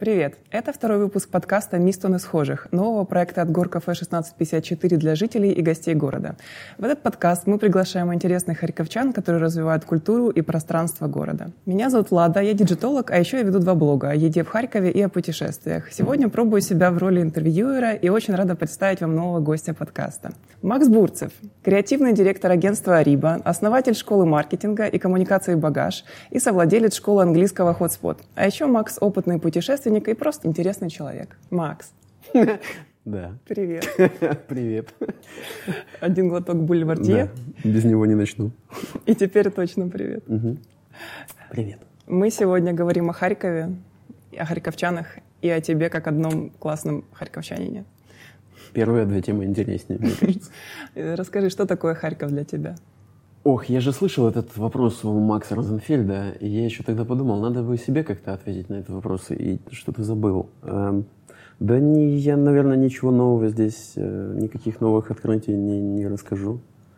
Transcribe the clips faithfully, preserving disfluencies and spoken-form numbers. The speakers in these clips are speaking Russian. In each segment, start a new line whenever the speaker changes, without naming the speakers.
Привет! Это второй выпуск подкаста «Мисто схожих», нового проекта от Горкафе шестнадцать пятьдесят четыре для жителей и гостей города. В этот подкаст мы приглашаем интересных харьковчан, которые развивают культуру и пространство города. Меня зовут Влада, я диджитолог, а еще я веду два блога о еде в Харькове и о путешествиях. Сегодня пробую себя в роли интервьюера и очень рада представить вам нового гостя подкаста. Макс Бурцев, креативный директор агентства «Ариба», основатель школы маркетинга и коммуникации «Багаж» и совладелец школы английского «Хотспот». А еще Макс – опытный путешественник и просто интересный человек. Макс.
Да.
Привет.
Привет.
Один глоток бульвардье.
Да, без него не начну.
И теперь точно привет.
Угу. Привет.
Мы сегодня говорим о Харькове, о харьковчанах и о тебе как одном классном харьковчанине.
Первые две темы интереснее, мне кажется.
Расскажи, что такое Харьков для тебя?
Ох, я же слышал этот вопрос у Макса Розенфельда, и я еще тогда подумал, надо бы себе как-то ответить на этот вопрос, и что-то забыл. Эм, да не, я, наверное, ничего нового здесь, э, никаких новых открытий не, не расскажу.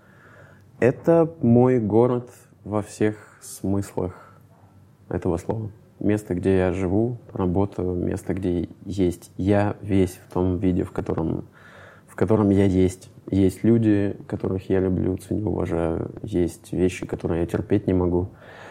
Это мой город во всех смыслах этого слова. Место, где я живу, работаю, место, где есть я весь в том виде, в котором, в котором я есть. Есть люди, которых я люблю, ценю, уважаю. Есть вещи, которые я терпеть не могу.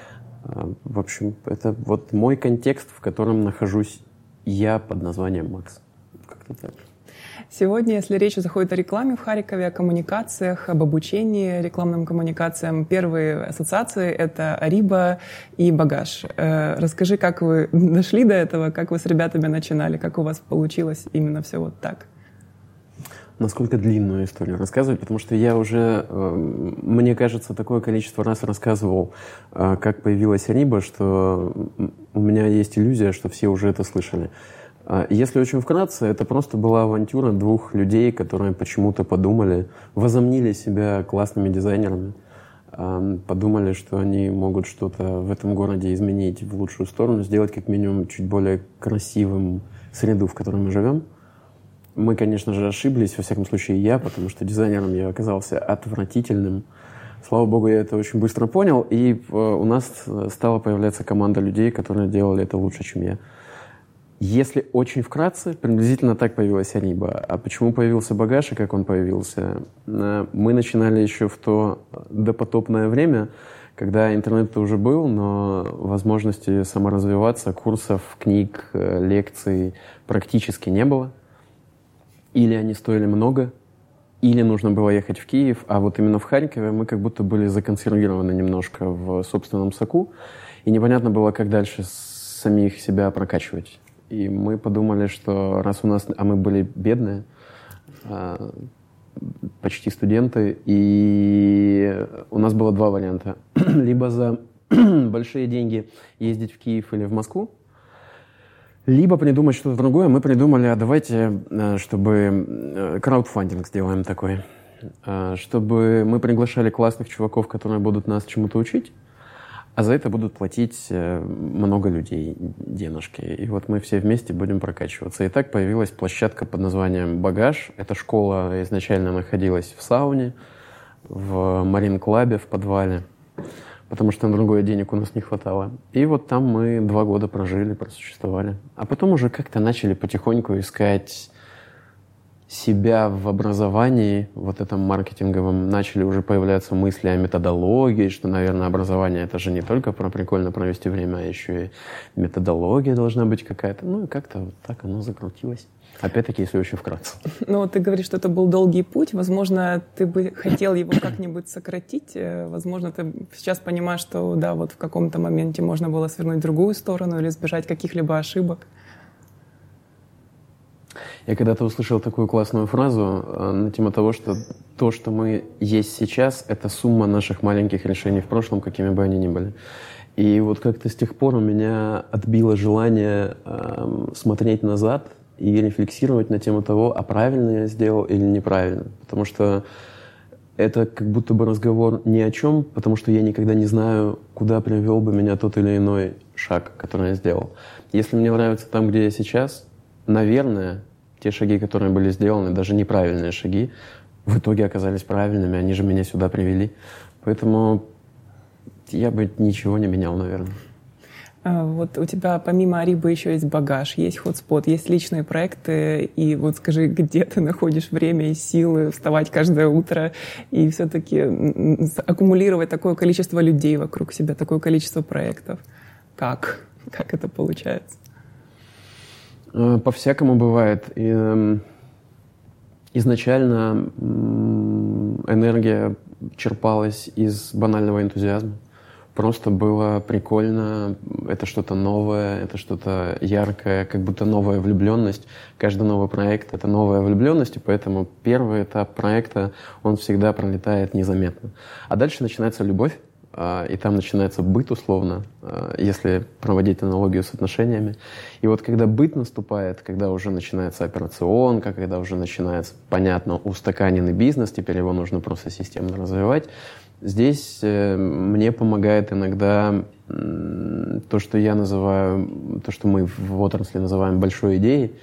В общем, это вот мой контекст, в котором нахожусь я под названием Макс. Как-то так.
Сегодня, если речь заходит о рекламе в Харькове, о коммуникациях, об обучении рекламным коммуникациям, первые ассоциации — это «Ариба» и «Багаж». Расскажи, как вы дошли до этого, как вы с ребятами начинали, как у вас получилось именно все вот так?
Насколько длинную историю рассказывать, потому что я уже, э, мне кажется, такое количество раз рассказывал, э, как появилась «Ариба», что у меня есть иллюзия, что все уже это слышали. Э, если очень вкратце, это просто была авантюра двух людей, которые почему-то подумали, возомнили себя классными дизайнерами, э, подумали, что они могут что-то в этом городе изменить в лучшую сторону, сделать как минимум чуть более красивым среду, в которой мы живем. Мы, конечно же, ошиблись, во всяком случае я, потому что дизайнером я оказался отвратительным. Слава богу, я это очень быстро понял, и у нас стала появляться команда людей, которые делали это лучше, чем я. Если очень вкратце, приблизительно так появилась «Ариба». А почему появился «Багаж» и как он появился? Мы начинали еще в то допотопное время, когда интернет уже был, но возможности саморазвиваться, курсов, книг, лекций практически не было. Или они стоили много, или нужно было ехать в Киев, а вот именно в Харькове мы как будто были законсервированы немножко в собственном соку, и непонятно было, как дальше самих себя прокачивать. И мы подумали, что раз у нас, а мы были бедные, почти студенты, и у нас было два варианта. Либо за большие деньги ездить в Киев или в Москву, либо придумать что-то другое. Мы придумали, а давайте, чтобы краудфандинг сделаем такой, чтобы мы приглашали классных чуваков, которые будут нас чему-то учить, а за это будут платить много людей денежки. И вот мы все вместе будем прокачиваться. И так появилась площадка под названием «Багаж». Эта школа изначально находилась в сауне, в Марин-клабе, в подвале, потому что на другое денег у нас не хватало. И вот там мы два года прожили, просуществовали. А потом уже как-то начали потихоньку искать себя в образовании, вот этом маркетинговом. Начали уже появляться мысли о методологии, что, наверное, образование — это же не только про прикольно провести время, а еще и методология должна быть какая-то. Ну и как-то вот так оно закрутилось. Опять-таки, если очень вкратце.
Ну, ты говоришь, что это был долгий путь. Возможно, ты бы хотел его как-нибудь сократить. Возможно, ты сейчас понимаешь, что да, вот в каком-то моменте можно было свернуть в другую сторону или избежать каких-либо ошибок.
Я когда-то услышал такую классную фразу на тему того, что то, что мы есть сейчас, это сумма наших маленьких решений в прошлом, какими бы они ни были. И вот как-то с тех пор у меня отбило желание э, смотреть назад и рефлексировать на тему того, а правильно я сделал или неправильно. Потому что это как будто бы разговор ни о чем, потому что я никогда не знаю, куда привел бы меня тот или иной шаг, который я сделал. Если мне нравится там, где я сейчас, наверное, те шаги, которые были сделаны, даже неправильные шаги, в итоге оказались правильными, они же меня сюда привели. Поэтому я бы ничего не менял, наверное.
Вот у тебя помимо Арибы еще есть багаж, есть хотспот, есть личные проекты. И вот скажи, где ты находишь время и силы вставать каждое утро и все-таки аккумулировать такое количество людей вокруг себя, такое количество проектов? Как? Как это получается?
По-всякому бывает. И, изначально энергия черпалась из банального энтузиазма. Просто было прикольно, это что-то новое, это что-то яркое, как будто новая влюбленность. Каждый новый проект — это новая влюбленность, и поэтому первый этап проекта, он всегда пролетает незаметно. А дальше начинается любовь, и там начинается быт условно, если проводить аналогию с отношениями. И вот когда быт наступает, когда уже начинается операционка, когда уже начинается, понятно, устаканенный бизнес, теперь его нужно просто системно развивать, здесь мне помогает иногда то, что я называю, то, что мы в отрасли называем большой идеей.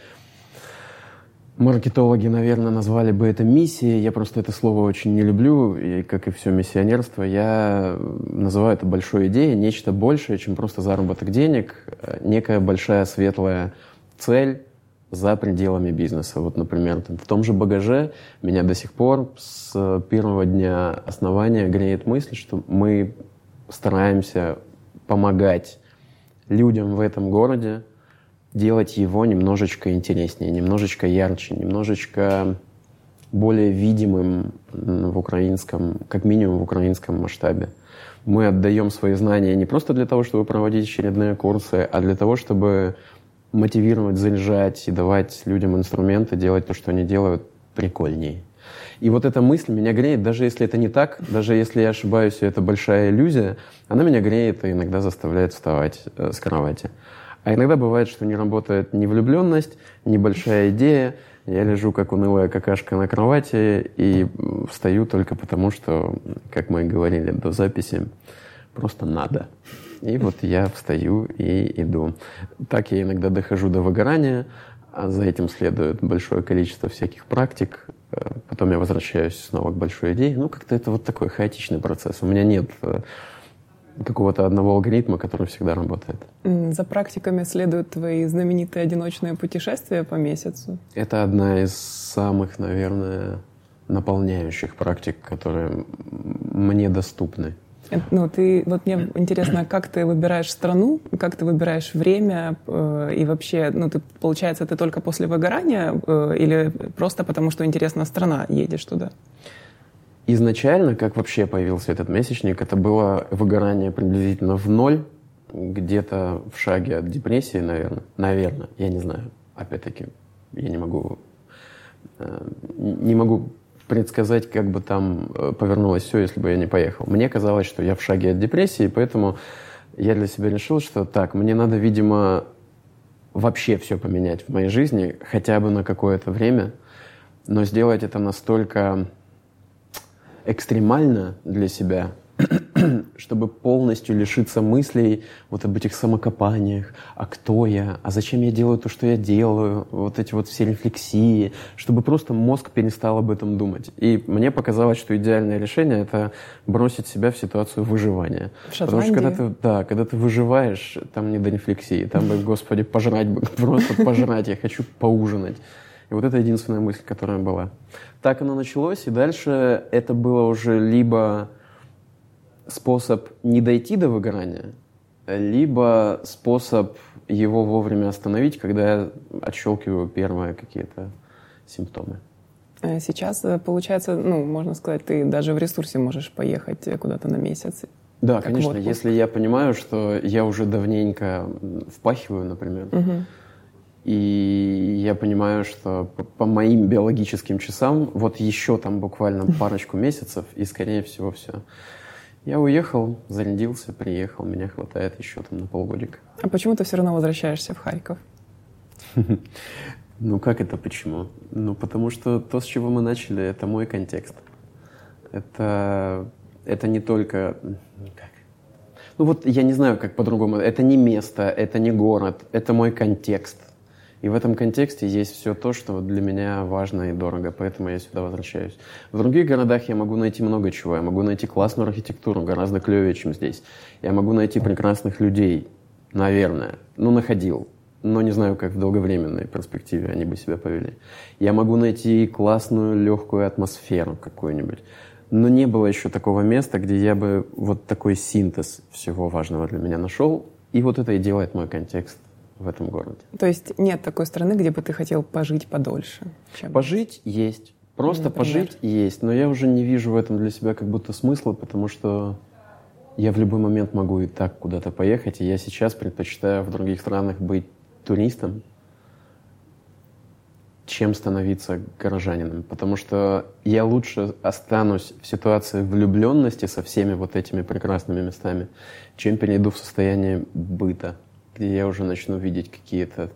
Маркетологи, наверное, назвали бы это миссией. Я просто это слово очень не люблю, и, как и все миссионерство, я называю это большой идеей, нечто большее, чем просто заработок денег, некая большая светлая цель за пределами бизнеса. Вот, например, в том же «Багаже» меня до сих пор с первого дня основания греет мысль, что мы стараемся помогать людям в этом городе делать его немножечко интереснее, немножечко ярче, немножечко более видимым в украинском, как минимум в украинском масштабе. Мы отдаем свои знания не просто для того, чтобы проводить очередные курсы, а для того, чтобы мотивировать, заряжать и давать людям инструменты делать то, что они делают, прикольнее. И вот эта мысль меня греет, даже если это не так, даже если я ошибаюсь, и это большая иллюзия, она меня греет и иногда заставляет вставать э, с кровати. А иногда бывает, что не работает ни влюбленность, ни большая идея. Я лежу, как унылая какашка на кровати, и встаю только потому, что, как мы говорили до записи, просто надо. И вот я встаю и иду. Так я иногда дохожу до выгорания, а за этим следует большое количество всяких практик. Потом я возвращаюсь снова к большой идее. Ну, как-то это вот такой хаотичный процесс. У меня нет какого-то одного алгоритма, который всегда работает.
За практиками следуют твои знаменитые одиночные путешествия по месяцу?
Это одна из самых, наверное, наполняющих практик, которые мне доступны.
Ну, ты, вот мне интересно, как ты выбираешь страну, как ты выбираешь время, э, и вообще, ну, ты, получается, ты только после выгорания э, или просто потому, что интересна страна, едешь туда?
Изначально, как вообще появился этот месячник, это было выгорание приблизительно в ноль, где-то в шаге от депрессии, наверное. Наверное, я не знаю. Опять-таки, я не могу, не могу предсказать, как бы там повернулось все, если бы я не поехал. Мне казалось, что я в шаге от депрессии, поэтому я для себя решил, что так, мне надо, видимо, вообще все поменять в моей жизни, хотя бы на какое-то время, но сделать это настолько экстремально для себя, чтобы полностью лишиться мыслей вот об этих самокопаниях, а кто я, а зачем я делаю то, что я делаю, вот эти вот все рефлексии, чтобы просто мозг перестал об этом думать. И мне показалось, что идеальное решение — это бросить себя в ситуацию выживания.
В Шотландии?
Потому что когда ты, да, когда ты выживаешь, там не до рефлексии, там бы, господи, пожрать бы, просто пожрать, я хочу поужинать. И вот это единственная мысль, которая была. Так оно началось, и дальше это было уже либо способ не дойти до выгорания, либо способ его вовремя остановить, когда я отщелкиваю первые какие-то симптомы.
Сейчас, получается, ну, можно сказать, ты даже в ресурсе можешь поехать куда-то на месяц.
Да, конечно, если я понимаю, что я уже давненько впахиваю, например, угу. И я понимаю, что по, по моим биологическим часам вот еще там буквально парочку месяцев, и, скорее всего, все. Я уехал, зарядился, приехал, меня хватает еще там на полгодика.
А почему ты все равно возвращаешься в Харьков?
Ну, как это почему? Ну, потому что то, с чего мы начали, это мой контекст. Это, это не только... Как? Ну, вот я не знаю, как по-другому. Это не место, это не город, это мой контекст. И в этом контексте есть все то, что для меня важно и дорого, поэтому я сюда возвращаюсь. В других городах я могу найти много чего. Я могу найти классную архитектуру, гораздо клевее, чем здесь. Я могу найти прекрасных людей, наверное. Ну, находил. Но не знаю, как в долговременной перспективе они бы себя повели. Я могу найти классную, легкую атмосферу какую-нибудь. Но не было еще такого места, где я бы вот такой синтез всего важного для меня нашел. И вот это и делает мой контекст в этом городе.
То есть нет такой страны, где бы ты хотел пожить подольше? Чем
пожить есть. Просто
Например?
пожить есть. Но я уже не вижу в этом для себя как будто смысла, потому что я в любой момент могу и так куда-то поехать. И я сейчас предпочитаю в других странах быть туристом, чем становиться горожанином. Потому что я лучше останусь в ситуации влюбленности со всеми вот этими прекрасными местами, чем перейду в состояние быта, где я уже начну видеть какие-то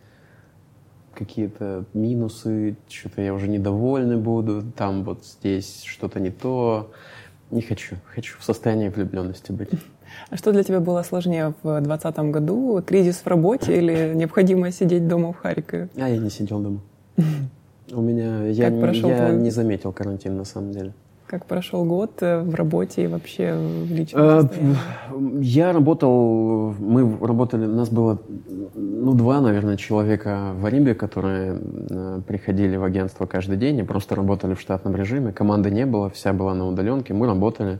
какие-то минусы, что-то я уже недовольный буду, там вот здесь что-то не то. Не хочу. Хочу в состоянии влюбленности быть.
А что для тебя было сложнее в двадцатом году? Кризис в работе или необходимость сидеть дома в Харькове?
А я не сидел дома. У меня... Я, не, я твой... не заметил карантин, на самом деле.
Как прошел год в работе и вообще в личном состоянии?
Я работал... Мы работали... У нас было, ну, два, наверное, человека в Арибе, которые приходили в агентство каждый день и просто работали в штатном режиме. Команды не было, вся была на удаленке. Мы работали.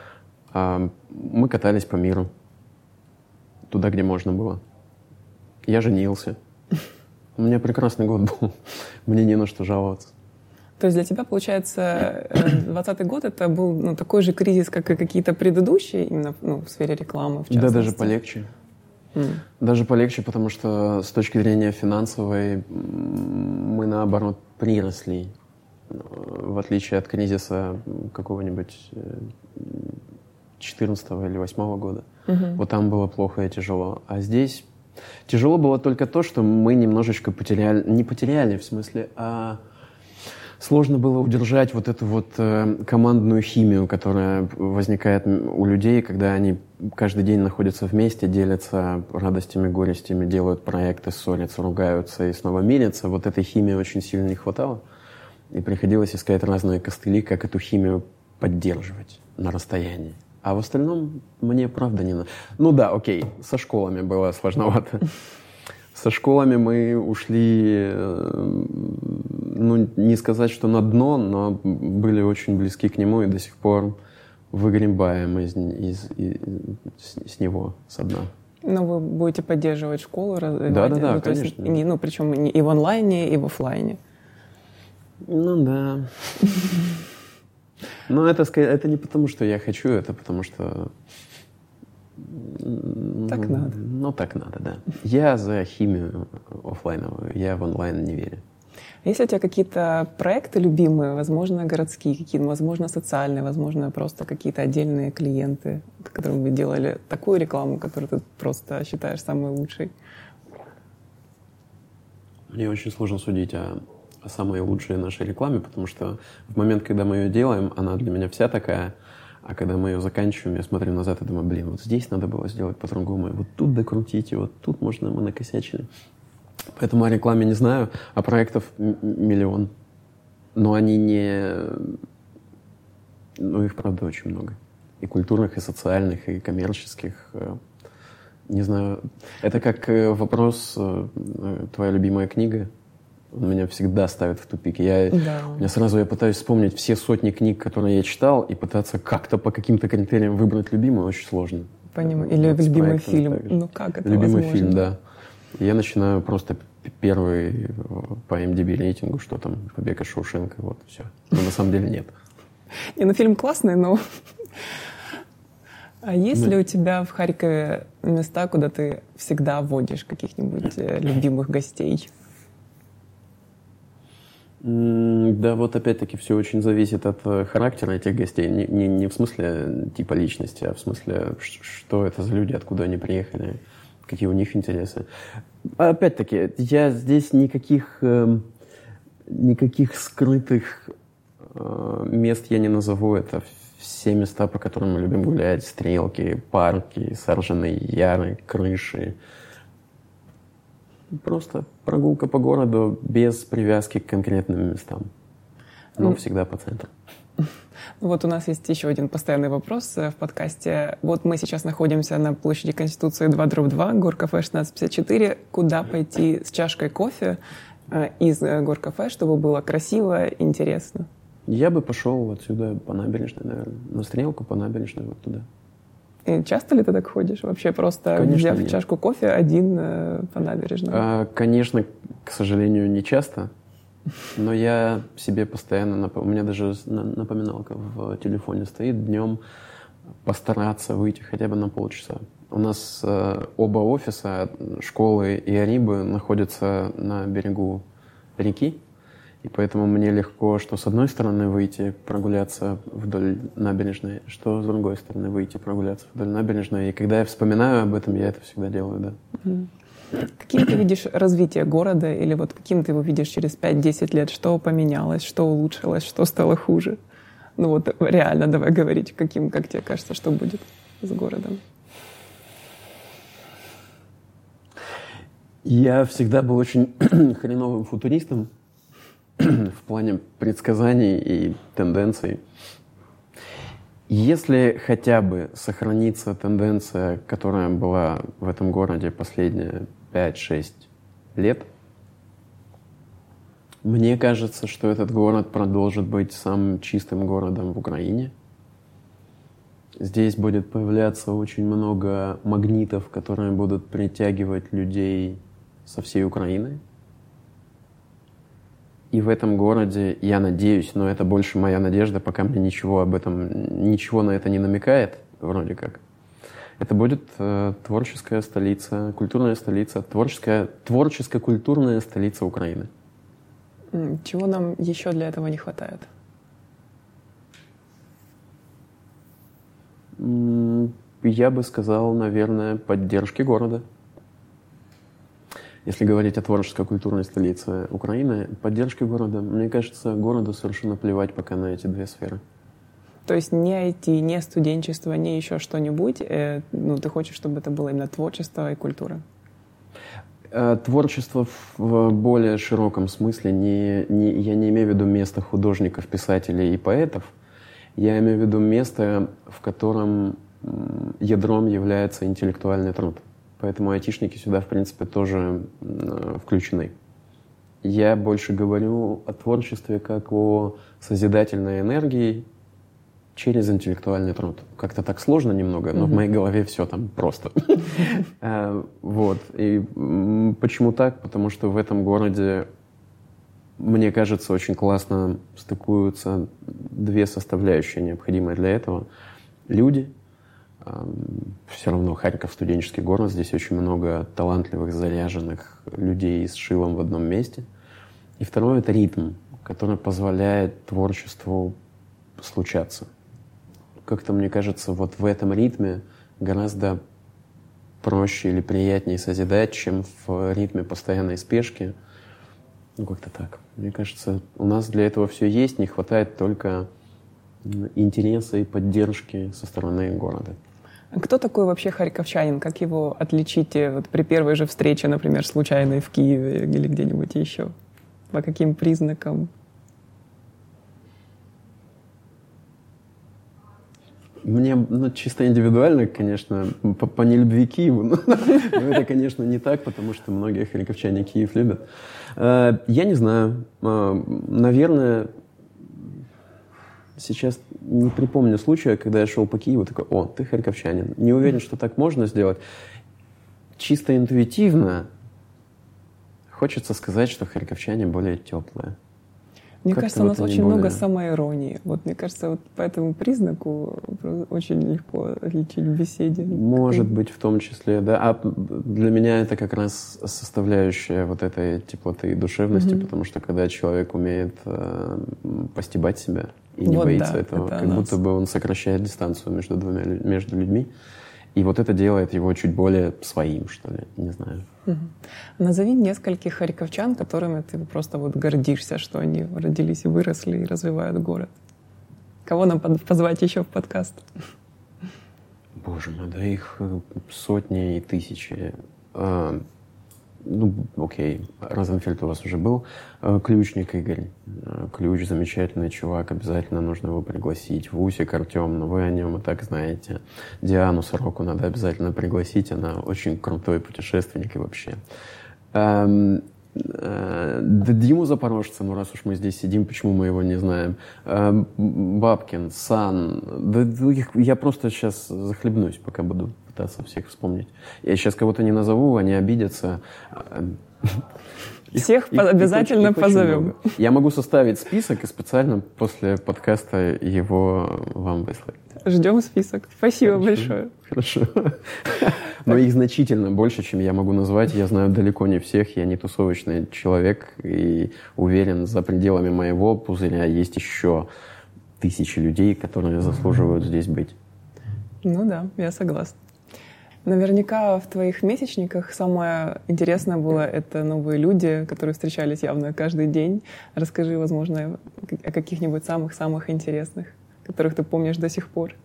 Мы катались по миру. Туда, где можно было. Я женился. У меня прекрасный год был. Мне не на что жаловаться.
То есть для тебя, получается, двадцатый год это был, ну, такой же кризис, как и какие-то предыдущие, именно, ну, в сфере рекламы, в частности?
Да, даже полегче. Mm. Даже полегче, потому что с точки зрения финансовой мы, наоборот, приросли. В отличие от кризиса какого-нибудь четырнадцатого или восьмого года. Mm-hmm. Вот там было плохо и тяжело. А здесь тяжело было только то, что мы немножечко потеряли, не потеряли в смысле, а сложно было удержать вот эту вот э, командную химию, которая возникает у людей, когда они каждый день находятся вместе, делятся радостями, горестями, делают проекты, ссорятся, ругаются и снова мирятся. Вот этой химии очень сильно не хватало. И приходилось искать разные костыли, как эту химию поддерживать на расстоянии. А в остальном мне правда не надо. Ну да, окей, со школами было сложновато. Со школами мы ушли, ну, не сказать, что на дно, но были очень близки к нему и до сих пор выгребаем из, из, из, с него, со дна.
Но вы будете поддерживать школу?
Да-да-да,
ну,
конечно.
Есть, ну, причем и в онлайне, и в офлайне.
Ну да. Но это, это не потому, что я хочу, это потому, что...
Так надо.
Ну, так надо, да. Я за химию офлайновую, я в онлайн не верю.
Есть ли у тебя какие-то проекты любимые, возможно, городские, какие-то, возможно, социальные, возможно, просто какие-то отдельные клиенты, которым вы делали такую рекламу, которую ты просто считаешь самой лучшей?
Мне очень сложно судить о, о самой лучшей нашей рекламе, потому что в момент, когда мы ее делаем, она для меня вся такая. А когда мы ее заканчиваем, я смотрю назад и думаю, блин, вот здесь надо было сделать по-другому, вот тут докрутить, и вот тут, можно, мы накосячили. Поэтому о рекламе не знаю, а проектов м- миллион. Но они не... Ну, их, правда, очень много. И культурных, и социальных, и коммерческих. Не знаю. Это как вопрос, твоя любимая книга. Он меня всегда ставит в тупик. Я,
да.
я сразу я пытаюсь вспомнить все сотни книг, которые я читал, и пытаться как-то по каким-то критериям выбрать любимую очень сложно.
Понимаю. Или вот любимый фильм. Ну как это
любимый
возможно?
фильм, да. И я начинаю просто первый по эм ди би рейтингу, что там, «Побег из Шоушенка», вот, все. Но на самом деле нет.
Не, ну фильм классный, но... А есть ли у тебя в Харькове места, куда ты всегда водишь каких-нибудь любимых гостей?
Да, вот опять-таки все очень зависит от характера этих гостей. Не, не, не в смысле типа личности, а в смысле, что это за люди, откуда они приехали, какие у них интересы. Опять-таки, я здесь никаких, э, никаких скрытых э, мест я не назову. Это все места, по которым мы любим гулять. Стрелки, парки, саженые яры, крыши. Просто прогулка по городу без привязки к конкретным местам. Но mm. всегда по центру.
Вот у нас есть еще один постоянный вопрос в подкасте. Вот мы сейчас находимся на площади Конституции два дробь два, Горкафе шестнадцать пятьдесят четыре. Куда пойти с чашкой кофе из Горкафе, чтобы было красиво, интересно?
Я бы пошел отсюда по набережной, наверное. На стрелку по набережной вот туда.
И часто ли ты так ходишь? Вообще просто
Конечно,
взяв
нет.
чашку кофе один по набережной?
А, конечно, к сожалению, не часто. Но я себе постоянно... Нап... У меня даже напоминалка в телефоне стоит днем постараться выйти хотя бы на полчаса. У нас э, оба офиса, школы и Арибы, находятся на берегу реки. И поэтому мне легко, что с одной стороны выйти прогуляться вдоль набережной, что с другой стороны выйти прогуляться вдоль набережной. И когда я вспоминаю об этом, я это всегда делаю, да.
Mm. Каким ты видишь развитие города, или вот каким ты его видишь через пять-десять лет? Что поменялось, что улучшилось, что стало хуже? Ну вот реально давай говорить, каким, как тебе кажется, что будет с городом?
Я всегда был очень хреновым футуристом в плане предсказаний и тенденций. Если хотя бы сохранится тенденция, которая была в этом городе последние пять-шесть лет, мне кажется, что этот город продолжит быть самым чистым городом в Украине. Здесь будет появляться очень много магнитов, которые будут притягивать людей со всей Украины. И в этом городе, я надеюсь, но это больше моя надежда, пока мне ничего об этом, ничего на это не намекает, вроде как. Это будет э, творческая столица, культурная столица, творческая, творческо-культурная столица Украины.
Чего нам еще для этого не хватает?
Я бы сказал, наверное, поддержки города. Если говорить о творческо-культурной столице Украины, поддержки города, мне кажется, городу совершенно плевать пока на эти две сферы.
То есть не ай ти, не студенчество, не еще что-нибудь, э, ну, ты хочешь, чтобы это было именно творчество и культура?
Творчество в более широком смысле, не, не, я не имею в виду место художников, писателей и поэтов, я имею в виду место, в котором ядром является интеллектуальный труд. Поэтому айтишники сюда, в принципе, тоже э, включены. Я больше говорю о творчестве как о созидательной энергии через интеллектуальный труд. Как-то так сложно немного, но mm-hmm. в моей голове все там просто. Вот. И почему так? Потому что в этом городе, мне кажется, очень классно стыкуются две составляющие, необходимые для этого. Люди. Все равно Харьков студенческий город, здесь очень много талантливых, заряженных людей с шилом в одном месте. И второе — это ритм, который позволяет творчеству случаться. Как-то, мне кажется, вот в этом ритме гораздо проще или приятнее созидать, чем в ритме постоянной спешки. Ну, как-то так. Мне кажется, у нас для этого все есть, не хватает только интереса и поддержки со стороны города.
Кто такой вообще харьковчанин? Как его отличить вот при первой же встрече, например, случайной в Киеве или где-нибудь еще? По каким признакам?
Мне, ну, чисто индивидуально, конечно, по, по нелюбви к Киеву, но, но это, конечно, не так, потому что многие харьковчане Киев любят. Я не знаю. Наверное, сейчас не припомню случая, когда я шел по Киеву, такой: о, ты харьковчанин. Не уверен, что так можно сделать. Чисто интуитивно хочется сказать, что харьковчане более теплые.
Мне
Как-то
кажется, у нас
вот
очень
более...
много самоиронии. Вот, мне кажется, вот по этому признаку очень легко отличить в беседе.
Может быть, в том числе, да. А для меня это как раз составляющая вот этой теплоты и душевности, mm-hmm. потому что когда человек умеет э, постебать себя и не вот боится да, этого, это как будто бы он сокращает дистанцию между двумя между людьми. И вот это делает его чуть более своим, что ли, не знаю.
Угу. Назови нескольких харьковчан, которыми ты просто вот гордишься, что они родились и выросли и развивают город. Кого нам позвать еще в подкаст?
Боже мой, да их сотни и тысячи. ну, окей, Розенфельд у вас уже был. Ключник Игорь. Ключ, замечательный чувак, обязательно нужно его пригласить. Вусик Артем, но вы о нем и так знаете. Диану Сороку надо обязательно пригласить, она очень крутой путешественник и вообще. Эм, э, да Диму Запорожца, ну раз уж мы здесь сидим, почему мы его не знаем. Эм, Бабкин, Сан, да, я просто сейчас захлебнусь, пока буду пытаться всех вспомнить. Я сейчас кого-то не назову, они обидятся.
Всех их, обязательно их, их позовем.
Я могу составить список и специально после подкаста его вам выслать.
Ждем список. Спасибо Хорошо. большое.
Хорошо. Но их значительно больше, чем я могу назвать. Я знаю далеко не всех. Я не тусовочный человек и уверен, за пределами моего пузыря есть еще тысячи людей, которые заслуживают здесь быть.
Ну да, я согласна. Наверняка в твоих месячниках самое интересное было — это новые люди, которые встречались явно каждый день. Расскажи, возможно, о каких-нибудь самых-самых интересных, которых ты помнишь до сих пор.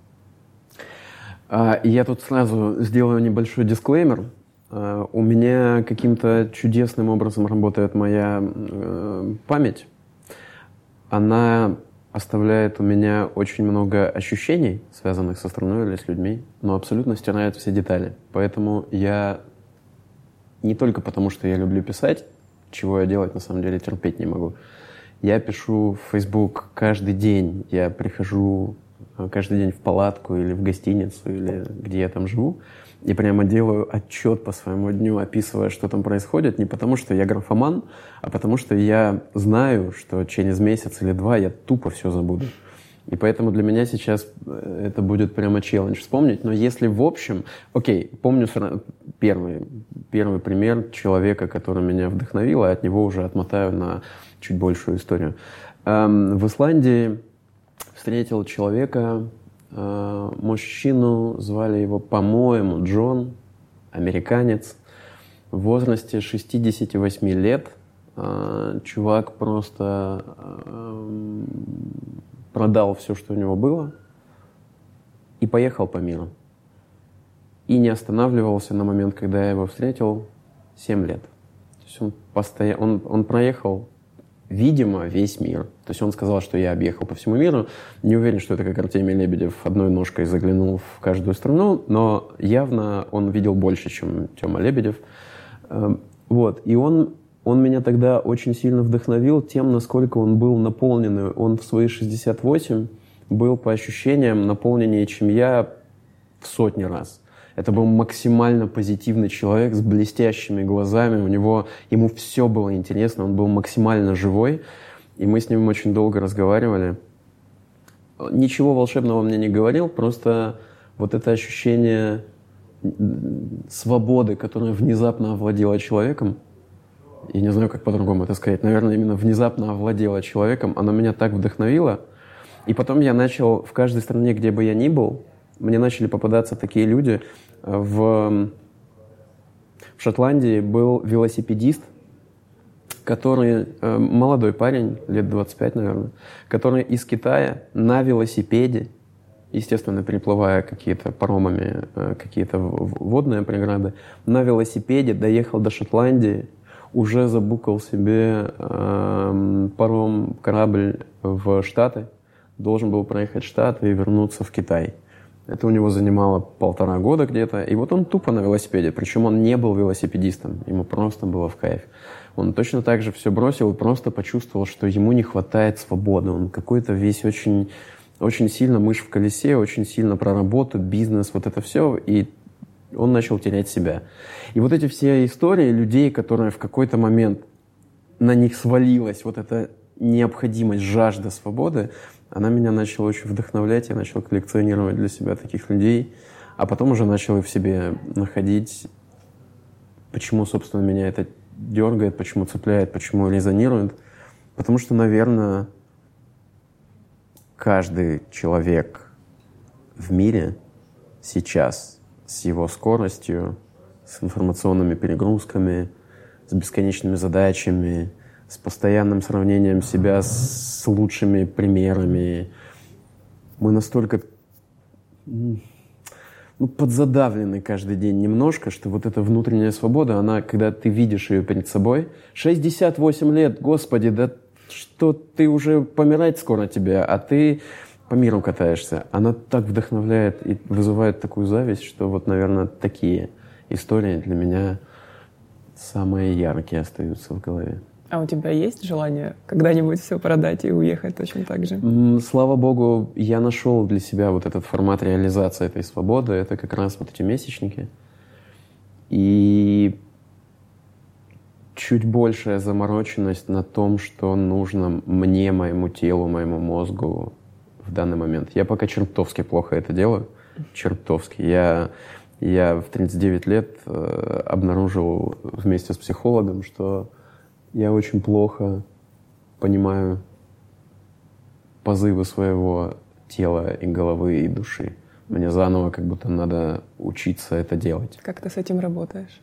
Я тут сразу сделаю небольшой дисклеймер. У меня каким-то чудесным образом работает моя память. Она оставляет у меня очень много ощущений, связанных со страной или с людьми, но абсолютно стирает все детали. Поэтому я не только потому, что я люблю писать, чего я делать на самом деле терпеть не могу. Я пишу в Facebook каждый день. Я прихожу каждый день в палатку или в гостиницу, или где я там живу, и прямо делаю отчет по своему дню, описывая, что там происходит, не потому что я графоман, а потому что я знаю, что через месяц или два я тупо все забуду. И поэтому для меня сейчас это будет прямо челлендж вспомнить. Но если в общем... Окей, помню первый, первый пример человека, который меня вдохновил, а от него уже отмотаю на чуть большую историю. В Исландии встретил человека, мужчину, звали его, по-моему, Джон, американец, в возрасте шестидесяти восьми лет. Чувак просто продал все, что у него было, и поехал по миру. И не останавливался на момент, когда я его встретил, семь лет. То есть он, постоя... он, он проехал, видимо, весь мир. То есть он сказал, что я объехал по всему миру. Не уверен, что это как Артемий Лебедев одной ножкой заглянул в каждую страну, но явно он видел больше, чем Тёма Лебедев. Вот. И он, он меня тогда очень сильно вдохновил тем, насколько он был наполненный. Он в свои шестьдесят восемь был, по ощущениям, наполненнее, чем я, в сотни раз. Это был максимально позитивный человек с блестящими глазами. У него, ему все было интересно, он был максимально живой. И мы с ним очень долго разговаривали. Ничего волшебного он мне не говорил, просто вот это ощущение свободы, которое внезапно овладело человеком, я не знаю, как по-другому это сказать, наверное, именно внезапно овладело человеком, оно меня так вдохновило. И потом я начал в каждой стране, где бы я ни был, мне начали попадаться такие люди. В, в Шотландии был велосипедист, который, э, молодой парень, лет двадцать пять, наверное, который из Китая на велосипеде, естественно, переплывая какие-то паромами, э, какие-то водные преграды, на велосипеде доехал до Шотландии, уже забукал себе э, паром, корабль в Штаты, должен был проехать Штаты и вернуться в Китай. Это у него занимало полтора года где-то. И вот он тупо на велосипеде. Причем он не был велосипедистом. Ему просто было в кайф. Он точно так же все бросил и просто почувствовал, что ему не хватает свободы. Он какой-то весь очень, очень сильно мышь в колесе, очень сильно про работу, бизнес, вот это все. И он начал терять себя. И вот эти все истории людей, которые в какой-то момент на них свалилась вот эта необходимость, жажда свободы, она меня начала очень вдохновлять, я начал коллекционировать для себя таких людей, а потом уже начал и в себе находить, почему, собственно, меня это дергает, почему цепляет, почему резонирует. Потому что, наверное, каждый человек в мире сейчас с его скоростью, с информационными перегрузками, с бесконечными задачами, с постоянным сравнением себя с лучшими примерами. Мы настолько... ну, подзадавленный каждый день немножко, что вот эта внутренняя свобода, она, когда ты видишь ее перед собой, шестьдесят восемь лет, господи, да что ты уже помирать скоро тебе, а ты по миру катаешься. Она так вдохновляет и вызывает такую зависть, что вот, наверное, такие истории для меня самые яркие остаются в голове.
А у тебя есть желание когда-нибудь все продать и уехать точно так же?
Слава богу, я нашел для себя вот этот формат реализации этой свободы. Это как раз вот эти месячники. И чуть большая замороченность на том, что нужно мне, моему телу, моему мозгу в данный момент. Я пока чертовски плохо это делаю. Чертовски. Я, я в тридцать девять лет э, обнаружил вместе с психологом, что я очень плохо понимаю позывы своего тела и головы и души. Мне заново как будто надо учиться это делать.
Как ты с этим работаешь?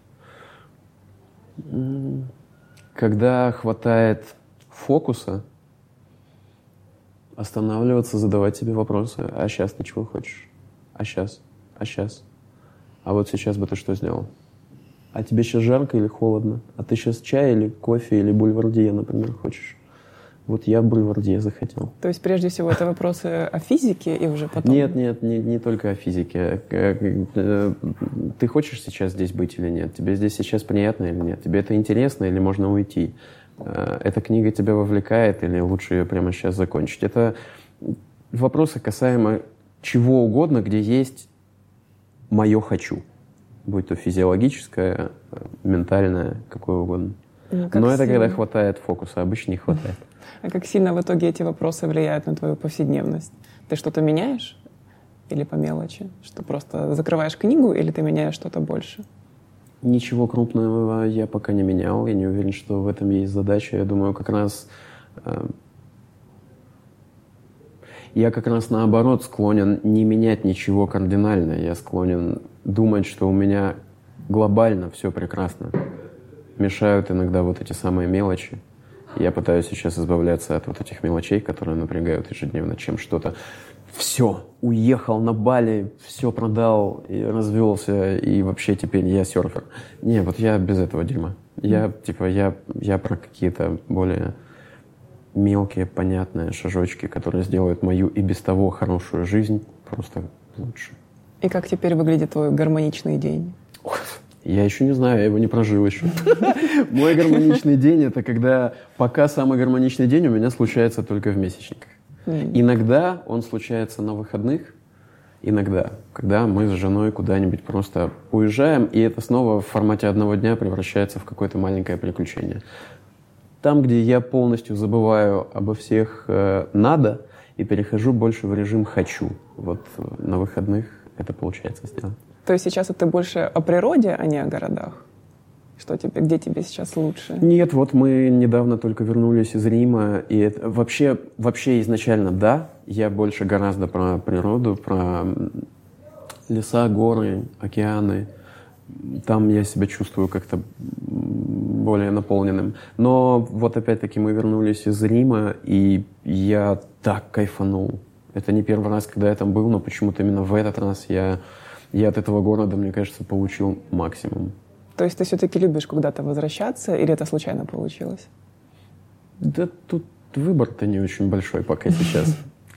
Когда хватает фокуса, останавливаться, задавать себе вопросы. А сейчас ты чего хочешь? А сейчас? А сейчас? А вот сейчас бы ты что сделал? А тебе сейчас жарко или холодно? А ты сейчас чай или кофе или бульвардье, например, хочешь? Вот я бульвардье захотел.
То есть прежде всего это вопросы о физике и уже потом?
Нет, нет, не, не только о физике. Ты хочешь сейчас здесь быть или нет? Тебе здесь сейчас приятно или нет? Тебе это интересно или можно уйти? Эта книга тебя вовлекает или лучше ее прямо сейчас закончить? Это вопросы касаемо чего угодно, где есть «моё хочу». Будь то физиологическое, ментальное, какое угодно. Ну, Но это сильно. Когда хватает фокуса, обычно не хватает.
А как сильно в итоге эти вопросы влияют на твою повседневность? Ты что-то меняешь или по мелочи? Что просто закрываешь книгу или ты меняешь что-то больше?
Ничего крупного я пока не менял. Я не уверен, что в этом есть задача. Я думаю, как раз... Э, я как раз наоборот склонен не менять ничего кардинально. Я склонен думать, что у меня глобально все прекрасно. Мешают иногда вот эти самые мелочи. Я пытаюсь сейчас избавляться от вот этих мелочей, которые напрягают ежедневно, чем что-то. Все, уехал на Бали, все продал, и развелся, и вообще теперь я серфер. Не, вот я без этого дерьма. Я, типа, я, я про какие-то более мелкие, понятные шажочки, которые сделают мою и без того хорошую жизнь просто лучше.
И как теперь выглядит твой гармоничный день?
Я еще не знаю, я его не прожил еще. Мой гармоничный день — это когда пока самый гармоничный день у меня случается только в месячниках. Иногда он случается на выходных, иногда, когда мы с женой куда-нибудь просто уезжаем, и это снова в формате одного дня превращается в какое-то маленькое приключение. Там, где я полностью забываю обо всех э, «надо» и перехожу больше в режим «хочу». Вот на выходных это получается сделать.
То есть сейчас это больше о природе, а не о городах? Что тебе, где тебе сейчас лучше?
Нет, вот мы недавно только вернулись из Рима, и это, вообще, вообще изначально да, я больше гораздо про природу, про леса, горы, океаны. Там я себя чувствую как-то более наполненным. Но вот опять-таки мы вернулись из Рима, и я так кайфанул. Это не первый раз, когда я там был, но почему-то именно в этот раз я, я от этого города, мне кажется, получил максимум.
То есть ты все-таки любишь куда-то возвращаться, или это случайно получилось?
Да тут выбор-то не очень большой пока сейчас.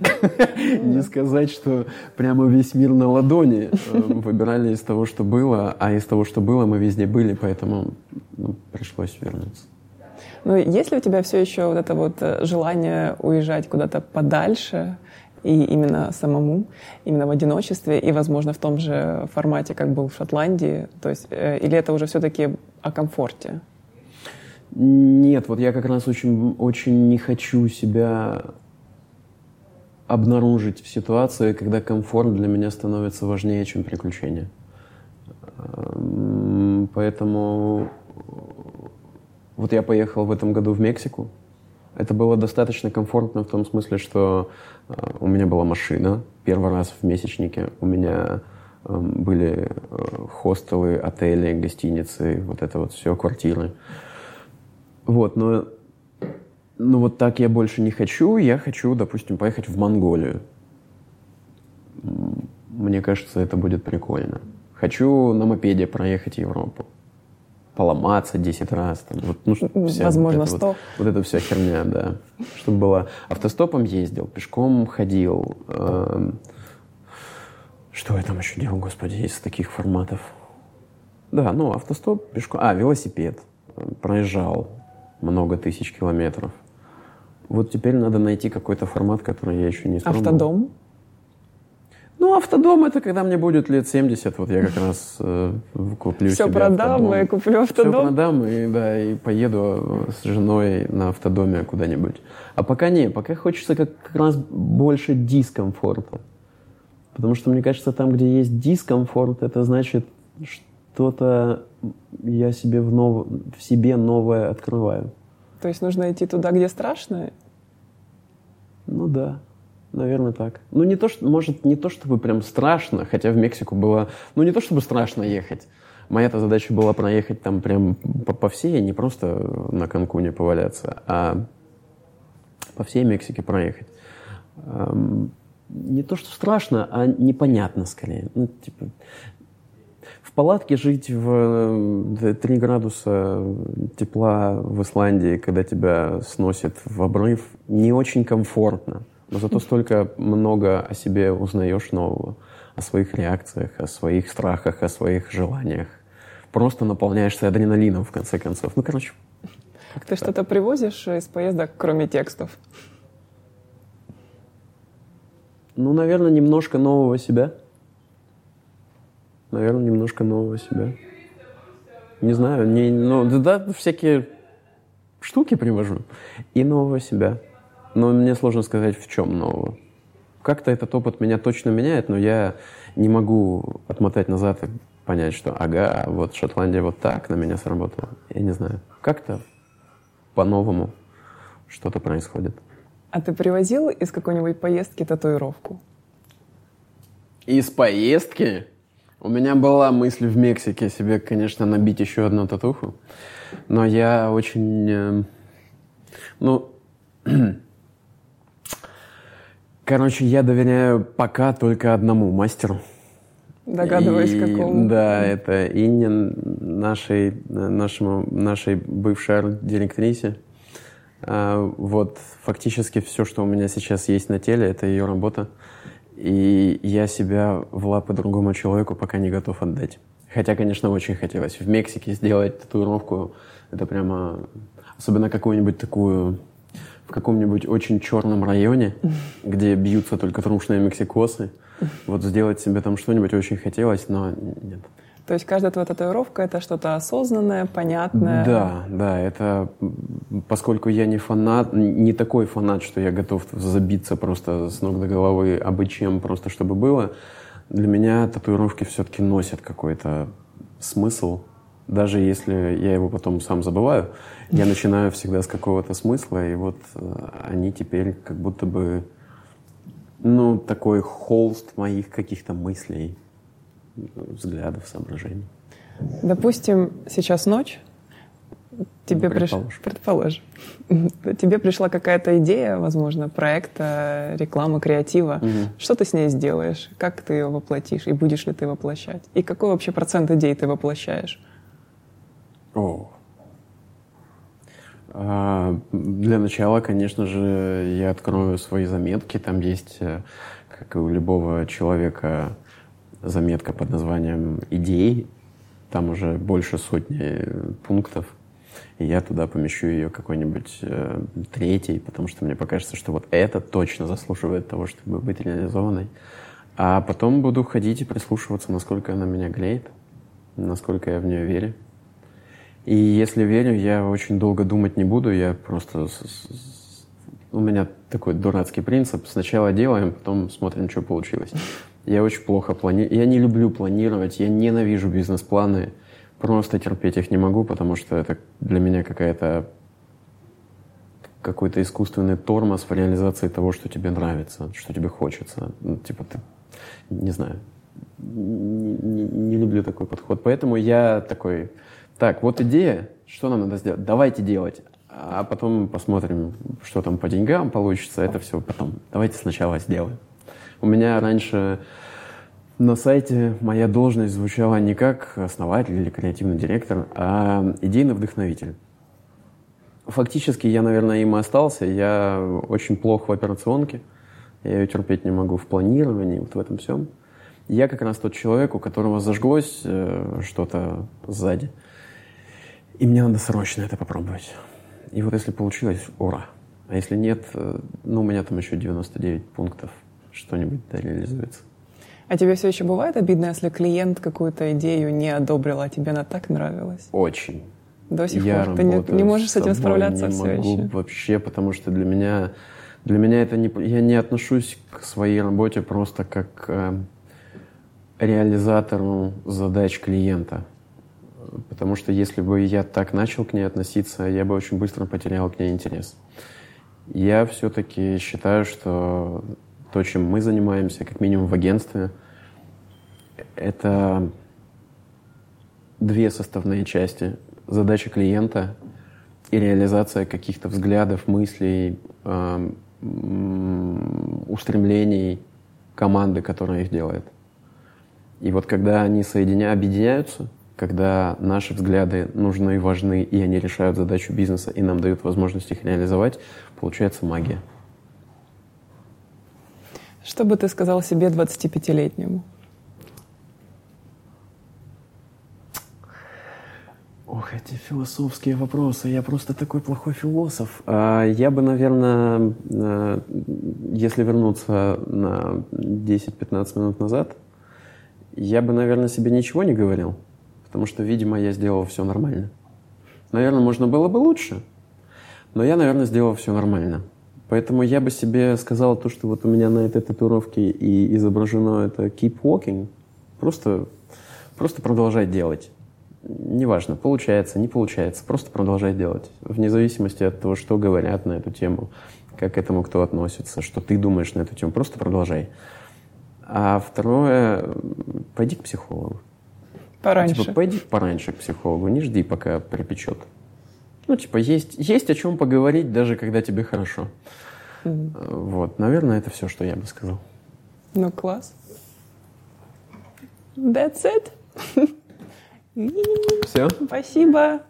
Не сказать, что прямо весь мир на ладони. Выбирали из того, что было, а из того, что было, мы везде были, поэтому ну, пришлось вернуться.
Ну, есть ли у тебя все еще вот это вот желание уезжать куда-то подальше, и именно самому, именно в одиночестве, и, возможно, в том же формате, как был в Шотландии? То есть, э, или это уже все-таки о комфорте?
Нет, вот я как раз очень, очень не хочу себя обнаружить в ситуации, когда комфорт для меня становится важнее, чем приключения. Поэтому вот я поехал в этом году в Мексику. Это было достаточно комфортно в том смысле, что э, у меня была машина первый раз в месячнике, у меня э, были э, хостелы, отели, гостиницы, вот это вот все, квартиры. Вот, но, но вот так я больше не хочу. Я хочу, допустим, поехать в Монголию. Мне кажется, это будет прикольно. Хочу на мопеде проехать Европу. Поломаться десять раз. Там, вот, ну, вся
Возможно,
вот
сто.
Вот, вот эта вся херня, да. Чтобы было... Автостопом ездил, пешком ходил. Эм... Что я там еще делал, господи, из таких форматов? Да, ну, автостоп, пешком... А, велосипед. Проезжал много тысяч километров. Вот теперь надо найти какой-то формат, который я еще не испробовал.
Автодом?
Ну, автодом — это когда мне будет лет семьдесят, вот я как раз э, куплю
Все
себе
продам
автодом.
и куплю автодом?
Все продам и, да, и поеду с женой на автодоме куда-нибудь. А пока не, пока хочется как, как раз больше дискомфорта. Потому что, мне кажется, там, где есть дискомфорт, это значит, что-то я себе в, нов... в себе новое открываю.
То есть нужно идти туда, где страшно?
Ну да. Наверное, так. Ну, не то, что, может, не то, чтобы прям страшно, хотя в Мексику было... Ну, не то, чтобы страшно ехать. Моя-то задача была проехать там прям по, по всей, не просто на Канкуне поваляться, а по всей Мексике проехать. Эм, не то, что страшно, а непонятно скорее. Ну, типа... В палатке жить в три градуса тепла в Исландии, когда тебя сносит в обрыв, не очень комфортно. Но зато столько много о себе узнаешь нового, о своих реакциях, о своих страхах, о своих желаниях. Просто наполняешься адреналином, в конце концов. Ну, короче.
Ты что-то привозишь из поездок, кроме текстов?
Ну, наверное, немножко нового себя. Наверное, немножко нового себя. Не знаю, не, ну, да, да, всякие штуки привожу. И нового себя. Но мне сложно сказать, в чем нового. Как-то этот опыт меня точно меняет, но я не могу отмотать назад и понять, что ага, вот Шотландия вот так на меня сработала. Я не знаю. Как-то по-новому что-то происходит.
А ты привозил из какой-нибудь поездки татуировку?
Из поездки? У меня была мысль в Мексике себе, конечно, набить еще одну татуху. Но я очень... Э, ну... Короче, я доверяю пока только одному мастеру.
Догадываюсь,
и,
какому.
Да, это Инне, нашей, нашему, нашей бывшей арт-директрисе. А, вот фактически все, что у меня сейчас есть на теле, это ее работа. И я себя в лапы другому человеку пока не готов отдать. Хотя, конечно, очень хотелось. В Мексике сделать татуировку, это прямо... Особенно какую-нибудь такую... в каком-нибудь очень черном районе, где бьются только трушные мексикосы. Вот сделать себе там что-нибудь очень хотелось, но нет.
То есть каждая твоя татуировка — это что-то осознанное, понятное?
Да, да, это... Поскольку я не фанат, не такой фанат, что я готов забиться просто с ног до головы абы чем, просто чтобы было, для меня татуировки все-таки носят какой-то смысл. Даже если я его потом сам забываю, я начинаю всегда с какого-то смысла, и вот они теперь как будто бы, ну, такой холст моих каких-то мыслей, взглядов, соображений.
Допустим, сейчас ночь, тебе
ну,
приш... предположим, тебе пришла какая-то идея, возможно, проекта, рекламы, креатива. Угу. Что ты с ней сделаешь? Как ты ее воплотишь? И будешь ли ты воплощать? И какой вообще процент идей ты воплощаешь?
О. А, для начала, конечно же, я открою свои заметки. Там есть, как и у любого человека, заметка под названием «Идеи». Там уже больше сотни пунктов. И я туда помещу ее какой-нибудь э, третий, потому что мне покажется, что вот это точно заслуживает того, чтобы быть реализованной. А потом буду ходить и прислушиваться, насколько она меня греет, насколько я в нее верю. И если верю, я очень долго думать не буду, я просто... У меня такой дурацкий принцип. Сначала делаем, потом смотрим, что получилось. Я очень плохо планирую. Я не люблю планировать, я ненавижу бизнес-планы. Просто терпеть их не могу, потому что это для меня какая-то... какой-то искусственный тормоз в реализации того, что тебе нравится, что тебе хочется. Ну, типа ты... Не знаю. Не, не, не люблю такой подход. Поэтому я такой... Так, вот идея, что нам надо сделать? Давайте делать. А потом посмотрим, что там по деньгам получится. Это все потом. Давайте сначала сделаем. У меня раньше На сайте моя должность звучала не как основатель или креативный директор, а идейный вдохновитель. Фактически я, наверное, им и остался. Я очень плох в операционке. Я ее терпеть не могу в планировании, вот в этом всем. Я как раз тот человек, у которого зажглось э, что-то сзади. И мне надо срочно это попробовать. И вот если получилось, ура. А если нет, э, ну, у меня там еще девяносто девять пунктов, что-нибудь да, реализуется.
А тебе все еще бывает обидно, если клиент какую-то идею не одобрил, а тебе она так нравилась?
Очень.
До сих
Я
пор ты не, не можешь с этим справляться
не
все
могу
еще?
Вообще, потому что для меня, для меня это не... Я не отношусь к своей работе просто как к э, реализатору задач клиента. Потому что если бы я так начал к ней относиться, я бы очень быстро потерял к ней интерес. Я все-таки считаю, что то, чем мы занимаемся, как минимум в агентстве, это две составные части. Задача клиента и реализация каких-то взглядов, мыслей, э, устремлений команды, которая их делает. И вот когда они соединя... объединяются, когда наши взгляды нужны и важны, и они решают задачу бизнеса, и нам дают возможность их реализовать, получается магия.
Что бы ты сказал себе двадцатипятилетнему?
Ох, эти философские вопросы. Я просто такой плохой философ. Я бы, наверное, если вернуться на десять-пятнадцать минут назад, я бы, наверное, себе ничего не говорил, потому что, видимо, я сделал все нормально. Наверное, можно было бы лучше, но я, наверное, сделал все нормально. Поэтому я бы себе сказал то, что вот у меня на этой татуировке и изображено это keep walking. Просто, просто продолжать делать. Неважно, получается, не получается. Просто продолжать делать. Вне зависимости от того, что говорят на эту тему, как к этому кто относится, что ты думаешь на эту тему. Просто продолжай. А второе, пойди к психологу.
Пораньше.
Типа, пойди пораньше к психологу, не жди, пока припечет. Ну, типа, есть, есть о чем поговорить, даже когда тебе хорошо. Mm-hmm. Вот, наверное, это все, что я бы сказал.
Ну, класс. That's it.
Все?
Спасибо.